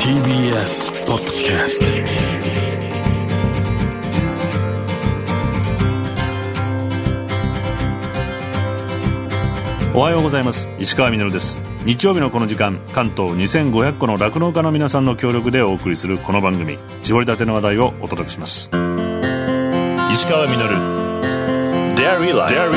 TBS ポッドキャスト。 おはようございます。石川みのるです。日曜日のこの時間、関東2500個の酪農家の皆さんの協力でお送りするこの番組、絞りたての話題をお届けします。石川みのる Dairy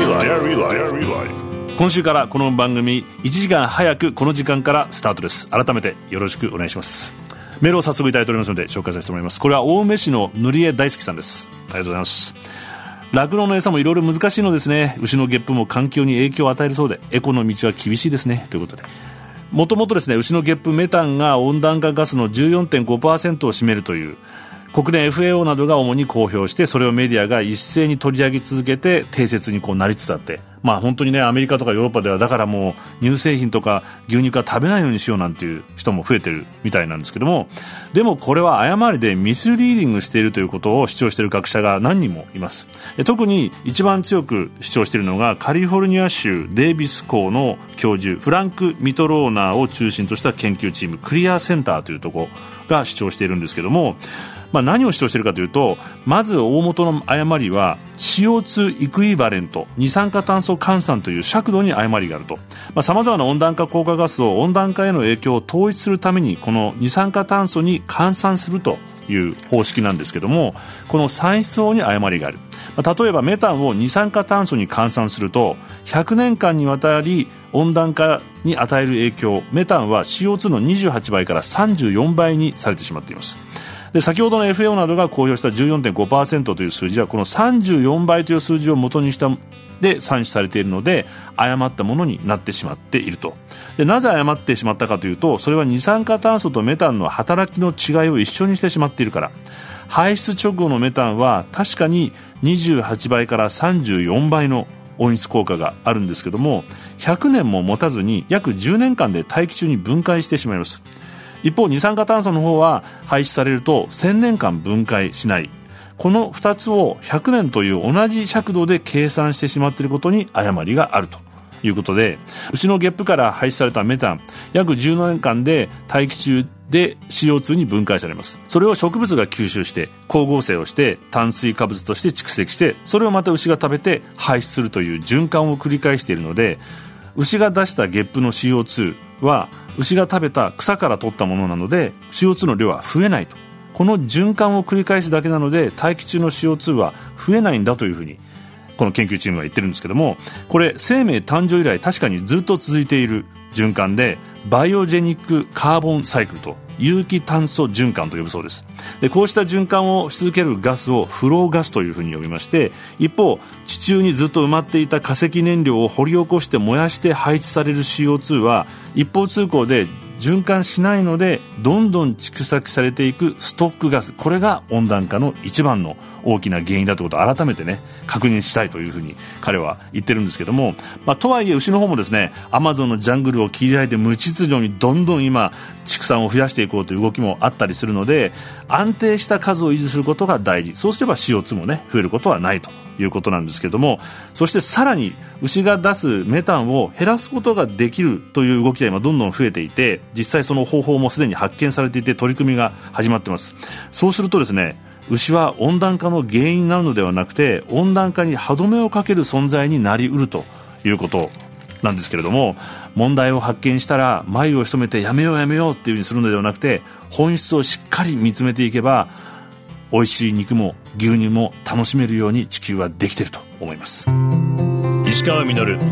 Life。今週からこの番組1時間早くこの時間からスタートです。改めてよろしくお願いします。メールを早速いただいておりますので紹介させてもらいます。これは青梅市の塗り絵大好きさんです。ありがとうございます。酪農の餌もいろいろ難しいのですね。牛のゲップも環境に影響を与えるそうで、エコの道は厳しいですね、ということで、もともとですね、牛のゲップメタンが温暖化ガスの 14.5% を占めるという国連 FAO などが主に公表して、それをメディアが一斉に取り上げ続けて定説になりつつあって、本当にね、アメリカとかヨーロッパではだからもう乳製品とか牛肉は食べないようにしようなんていう人も増えてるみたいなんですけども、でもこれは誤りでミスリーディングしているということを主張している学者が何人もいます。特に一番強く主張しているのがカリフォルニア州デイビス校の教授フランク・ミトローナーを中心とした研究チームクリアセンターというところが主張しているんですけども、何を主張しているかというと、まず大元の誤りは CO2 イクイバレント、二酸化炭素換算という尺度に誤りがあると。様々な温暖化効果ガスを温暖化への影響を統一するためにこの二酸化炭素に換算するという方式なんですけども、この算出法に誤りがある。例えばメタンを二酸化炭素に換算すると100年間にわたり温暖化に与える影響、メタンは CO2 の28倍から34倍にされてしまっています。で、先ほどの FAO などが公表した 14.5% という数字はこの34倍という数字を元にしたで算出されているので、誤ったものになってしまっていると。で、なぜ誤ってしまったかというと、それは二酸化炭素とメタンの働きの違いを一緒にしてしまっているから。排出直後のメタンは確かに28倍から34倍の温室効果があるんですけども、100年も持たずに約10年間で大気中に分解してしまいます。一方、二酸化炭素の方は排出されると1000年間分解しない。この2つを100年という同じ尺度で計算してしまっていることに誤りがあるということで、牛のゲップから排出されたメタン、約10年間で大気中で CO2 に分解されます。それを植物が吸収して光合成をして炭水化物として蓄積して、それをまた牛が食べて排出するという循環を繰り返しているので、牛が出したゲップの CO2 は牛が食べた草から取ったものなので CO2 の量は増えないと。この循環を繰り返すだけなので大気中の CO2 は増えないんだというふうにこの研究チームは言ってるんですけども、これ生命誕生以来確かにずっと続いている循環で、バイオジェニックカーボンサイクルと有機炭素循環と呼ぶそうです。で、こうした循環をし続けるガスをフローガスというふうに呼びまして、一方地中にずっと埋まっていた化石燃料を掘り起こして燃やして排出される CO2 は一方通行で循環しないので、どんどん蓄積されていくストックガス、これが温暖化の一番の大きな原因だということを改めてね、確認したいというふうに彼は言ってるんですけども、とはいえ牛の方もですね、アマゾンのジャングルを切り開いて無秩序にどんどん今畜産を増やしていこうという動きもあったりするので、安定した数を維持することが大事。そうすれば CO2 もね、増えることはないということなんですけども、そしてさらに牛が出すメタンを減らすことができるという動きが今どんどん増えていて、実際その方法もすでに発見されていて取り組みが始まっています。そうするとですね、牛は温暖化の原因になるのではなくて、温暖化に歯止めをかける存在になりうるということなんですけれども、問題を発見したら眉を潜めてやめようやめようっていう風にするのではなくて、本質をしっかり見つめていけば美味しい肉も牛乳も楽しめるように地球はできていると思います。石川みのる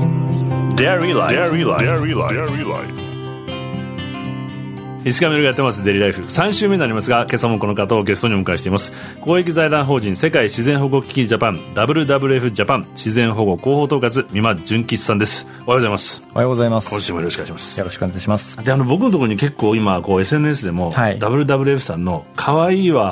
Dairy Life。石川みのるがやってますデイリーライフ3週目になりますが、今朝もこの方をゲストにお迎えしています。公益財団法人世界自然保護基金ジャパン WWF ジャパン自然保護広報統括三間純吉さんです。おはようございます。 おはようございます。 今週もよろしくお願いします。 よろしくお願いします。 で、僕のところに結構今SNS でも、はい、WWF さんの可愛いは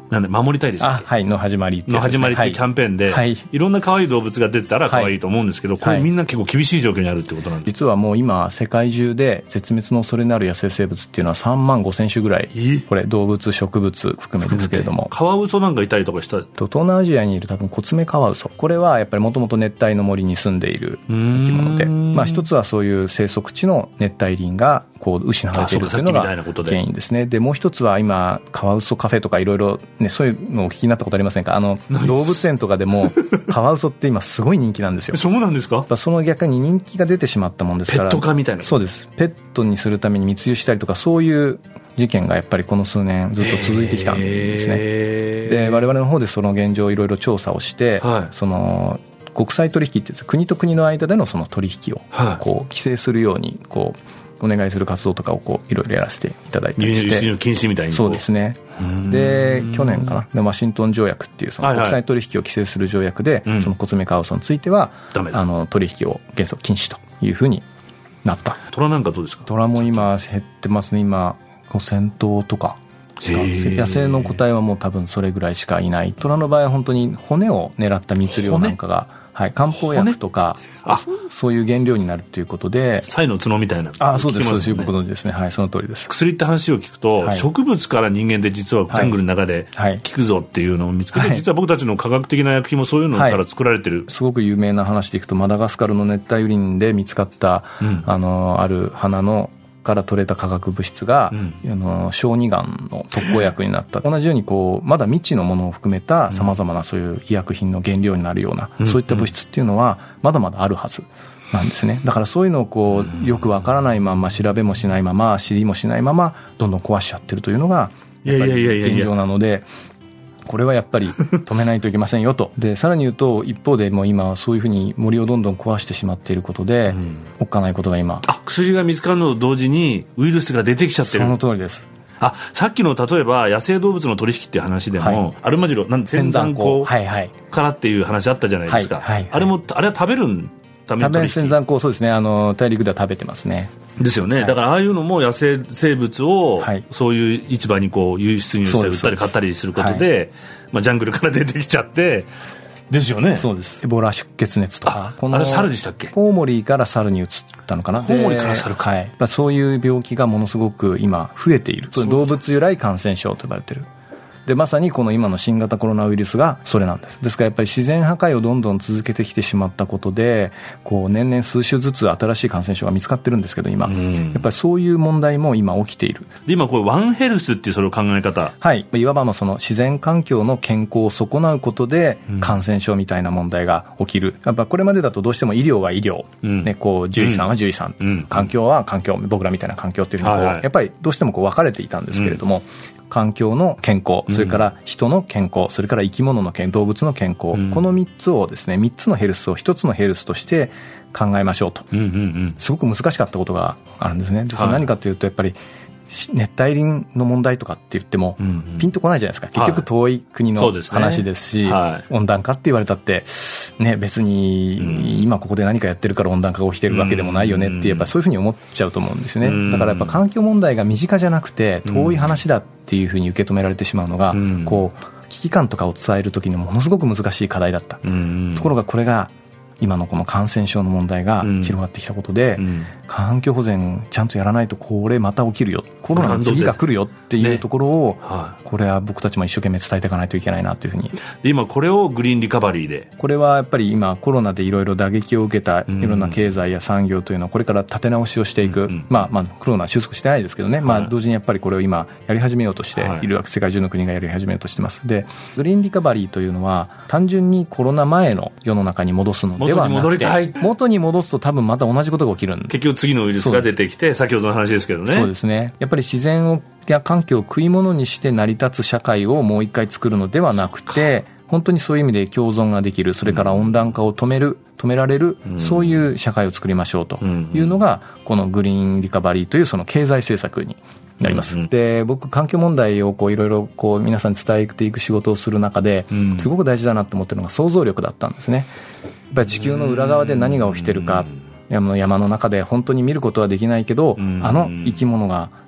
なんで守りたいですか、 はい、の始まりっての始まりっていうキャンペーンで、はい、いろんな可愛い動物が出たら可愛いと思うんですけど、これみんな結構厳しい状況にあるってことなんです。 実はもう今世界中で絶滅の恐れのある野生生物っていうのは3万5千種ぐらい、これ動物植物含めてですけれども、 カワウソなんかいたりとかした。 東南アジアにいる多分コツメカワウソ、これはやっぱりもともと熱帯の森に住んでいる生き物で、一つはそういう生息地の熱帯林がこう失われているというのが原因ですね。でもう一つは今カワウソカフェとかいろいろね、そういうのをお聞きになったことありませんか。動物園とかでもカワウソって今すごい人気なんですよ。 そうなんですか。 その逆に人気が出てしまったもんですから、 ペット化みたいな。 そうです。ペットにするために密輸したりとか、そういう事件がやっぱりこの数年ずっと続いてきたんですね。で我々の方でその現状をいろいろ調査をして、その国際取引っていう国と国の間でのその取引をこう規制するようにこうお願いする活動とかをこういろいろやらせていただいたりして、 輸入禁止みたいに。 そうですね。で去年かな、ワシントン条約っていうその国際取引を規制する条約で、そのコツメカワウソについては取引を原則禁止というふうになった。 トラなんかどうですか。 トラも今減ってますね。今1000頭とかしか、野生の個体はもう多分それぐらいしかいない。トラの場合は本当に骨を狙った密猟なんかが、はい、漢方薬とかそういう原料になるということで、 サイの角みたいな。 そうです、そうです、よくご存知ですね。はい、その通りです。 薬って話を聞くと、植物から人間で実はジャングルの中で効くぞっていうのを見つけて、実は僕たちの科学的な薬品もそういうのから作られてる、 すごく有名な話でいくと、マダガスカルの熱帯雨林で見つかった、ある花のから取れた化学物質が、小児がんの特効薬になった。同じようにこうまだ未知のものを含めたさまざまなそういう医薬品の原料になるような、そういった物質っていうのはまだまだあるはずなんですね。だからそういうのをこうよくわからないまま、調べもしないまま、知りもしないままどんどん壊しちゃってるというのがやっぱり現状なので、これはやっぱり止めないといけませんよと。でさらに言うと、一方でもう今そういうふうに森をどんどん壊してしまっていることで、おっかないことが今、 薬が見つかるのと同時にウイルスが出てきちゃってる。 その通りです。 さっきの例えば野生動物の取引っていう話でも、アルマジロ仙山香からっていう話あったじゃないですか。あれは食べるための取引。 仙山香、そうですね、大陸では食べてますね。 ですよね。だからああいうのも野生生物をそういう市場にこう輸出入したり売ったり買ったりすることで、ジャングルから出てきちゃってですよね。 そうです。エボラ出血熱とか、 あれ猿でしたっけ。 コウモリから猿に移ったのかな。 コウモリから猿か。 そういう病気がものすごく今増えている。動物由来感染症と呼ばれている。でまさにこの今の新型コロナウイルスがそれなんです。ですからやっぱり自然破壊をどんどん続けてきてしまったことで、こう年々数種ずつ新しい感染症が見つかってるんですけど、今やっぱりそういう問題も今起きている。 で今これワンヘルスっていうそれを考え方、 いわばその自然環境の健康を損なうことで感染症みたいな問題が起きる。やっぱこれまでだとどうしても医療は医療、こう獣医さんは獣医さん、環境は環境、僕らみたいな環境っていうのをやっぱりどうしてもこう分かれていたんですけれども、環境の健康、それから人の健康、それから生き物の健康、動物の健康、この3つをですね、3つのヘルスを1つのヘルスとして考えましょうと、すごく難しかったことがあるんですね。でそれ何かというと、やっぱり熱帯林の問題とかって言ってもピンとこないじゃないですか。結局遠い国の話ですし、温暖化って言われたってね、別に今ここで何かやってるから温暖化が起きてるわけでもないよねってやっぱそういうふうに思っちゃうと思うんですよね。だからやっぱ環境問題が身近じゃなくて遠い話だっていうふうに受け止められてしまうのが、こう危機感とかを伝える時にものすごく難しい課題だった。ところがこれが今のこの感染症の問題が広がってきたことで、環境保全ちゃんとやらないとこれまた起きるよ、コロナの次が来るよっていうところを、これは僕たちも一生懸命伝えていかないといけないなというふうに。 で今これをグリーンリカバリーで、 これはやっぱり今コロナでいろいろ打撃を受けたいろんな経済や産業というのはこれから立て直しをしていく、コロナは収束してないですけどね、同時にやっぱりこれを今やり始めようとしている、世界中の国がやり始めようとしてます。でグリーンリカバリーというのは単純にコロナ前の世の中に戻すのではなくて、元に戻すと多分また同じことが起きるんで、 結局次のウイルスが出てきて、先ほどの話ですけどね。 そうですね。やっぱり自然や環境を食い物にして成り立つ社会をもう一回作るのではなくて、本当にそういう意味で共存ができる、それから温暖化を止められる、そういう社会を作りましょうというのがこのグリーンリカバリーというその経済政策になります。で僕環境問題をいろいろ皆さんに伝えていく仕事をする中で、すごく大事だなと思ってるのが想像力だったんですね。やっぱり地球の裏側で何が起きてるか、山の中で本当に見ることはできないけど、あの生き物が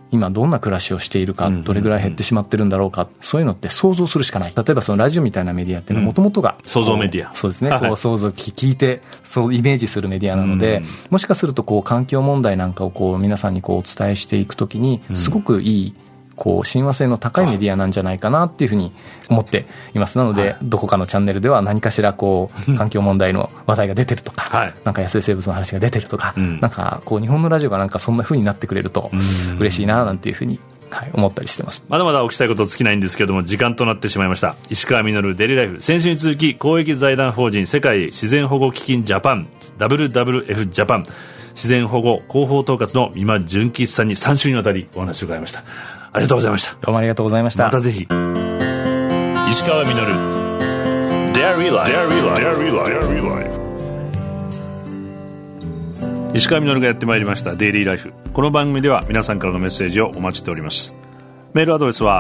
今どんな暮らしをしているか、どれぐらい減ってしまってるんだろうか、そういうのって想像するしかない。例えばそのラジオみたいなメディアっていうのはもともとが想像メディア、 そうですね、こう想像聞いてそうイメージするメディアなので、もしかするとこう環境問題なんかをこう皆さんにこうお伝えしていくときにすごくいいこう親和性の高いメディアなんじゃないかなっていうふうに思っています。なので、どこかのチャンネルでは何かしらこう環境問題の話題が出てるとか、なんか野生生物の話が出てるとか、なんかこう日本のラジオがなんかそんなふうになってくれると嬉しいななんていうふうに思ったりしてます。 まだまだお聞きしたいこと尽きないんですけれども、時間となってしまいました。石川稔デイリーライフ、先週に続き公益財団法人世界自然保護基金ジャパン WWF ジャパン自然保護広報統括の三間純吉さんに3週にわたりお話を伺いました。ありがとうございました。 どうもありがとうございました。 またぜひ。石川稔 Dairy Life。 石川稔がやってまいりましたデイリーライフ。この番組では皆さんからのメッセージをお待ちしております。メールアドレスは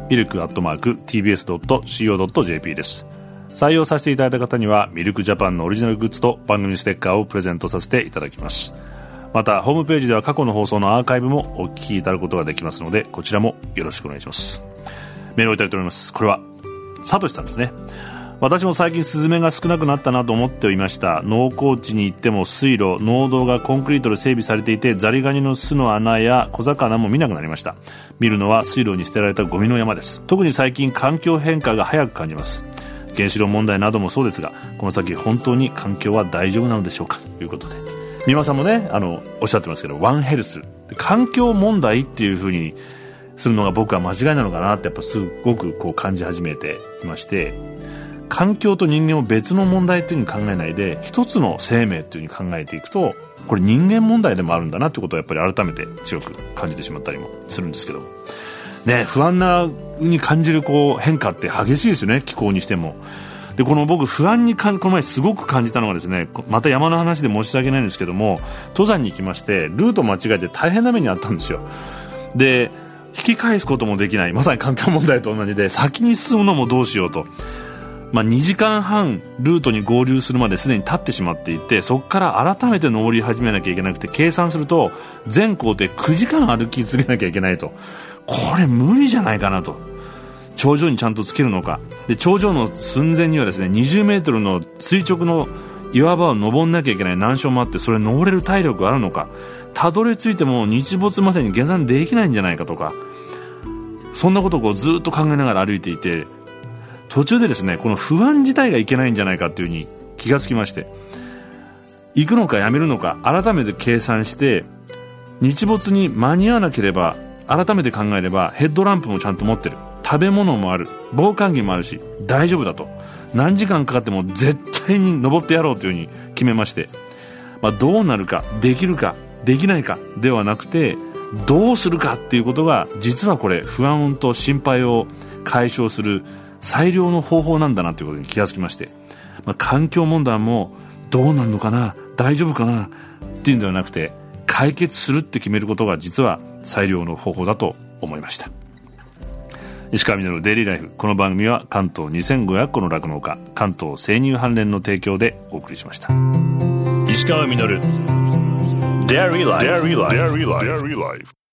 milk@tbs.co.jp です。採用させていただいた方にはミルクジャパンのオリジナルグッズと番組ステッカーをプレゼントさせていただきます。またホームページでは過去の放送のアーカイブもお聞きいただくことができますので、こちらもよろしくお願いします。メールをいただいております。これはサトシさんですね。私も最近スズメが少なくなったなと思っていました。農耕地に行っても水路、農道がコンクリートで整備されていて、ザリガニの巣の穴や小魚も見なくなりました。見るのは水路に捨てられたゴミの山です。特に最近環境変化が早く感じます。原子炉問題などもそうですが、この先本当に環境は大丈夫なのでしょうか、ということで、三輪さんもねおっしゃってますけど、ワンヘルス、環境問題っていう風にするのが僕は間違いなのかなってやっぱすごくこう感じ始めていまして、環境と人間を別の問題っていう風に考えないで一つの生命っていう風に考えていくと、これ人間問題でもあるんだなってことをやっぱり改めて強く感じてしまったりもするんですけどね。不安なに感じるこう変化って激しいですよね、気候にしても。でこの僕不安にこの前すごく感じたのがですね、また山の話で申し訳ないんですけども、登山に行きましてルート間違えて大変な目にあったんですよ。で引き返すこともできない、まさに環境問題と同じで、先に進むのもどうしようと、2時間半ルートに合流するまですでに経ってしまっていて、そこから改めて登り始めなきゃいけなくて、計算すると全行程9時間歩き続けなきゃいけないと。これ無理じゃないかなと。頂上にちゃんとつけるのかで、頂上の寸前にはですね20メートルの垂直の岩場を登んなきゃいけない難所もあって、それ登れる体力があるのか、たどり着いても日没までに下山できないんじゃないかとか、そんなことをこうずっと考えながら歩いていて、途中でですねこの不安自体がいけないんじゃないかっていう風に気がつきまして、行くのかやめるのか改めて計算して、日没に間に合わなければ改めて考えればヘッドランプもちゃんと持ってる、食べ物もある、防寒着もあるし大丈夫だと、何時間かかっても絶対に登ってやろうというふうに決めまして、どうなるかできるかできないかではなくて、どうするかっていうことが実はこれ不安と心配を解消する最良の方法なんだなということに気がつきまして、環境問題もどうなるのかな、大丈夫かなっていうんではなくて、解決するって決めることが実は最良の方法だと思いました。石川稔デイリーライフ、この番組は関東2500個の酪農家、関東生乳関連の提供でお送りしました。石川稔デイリーライフ。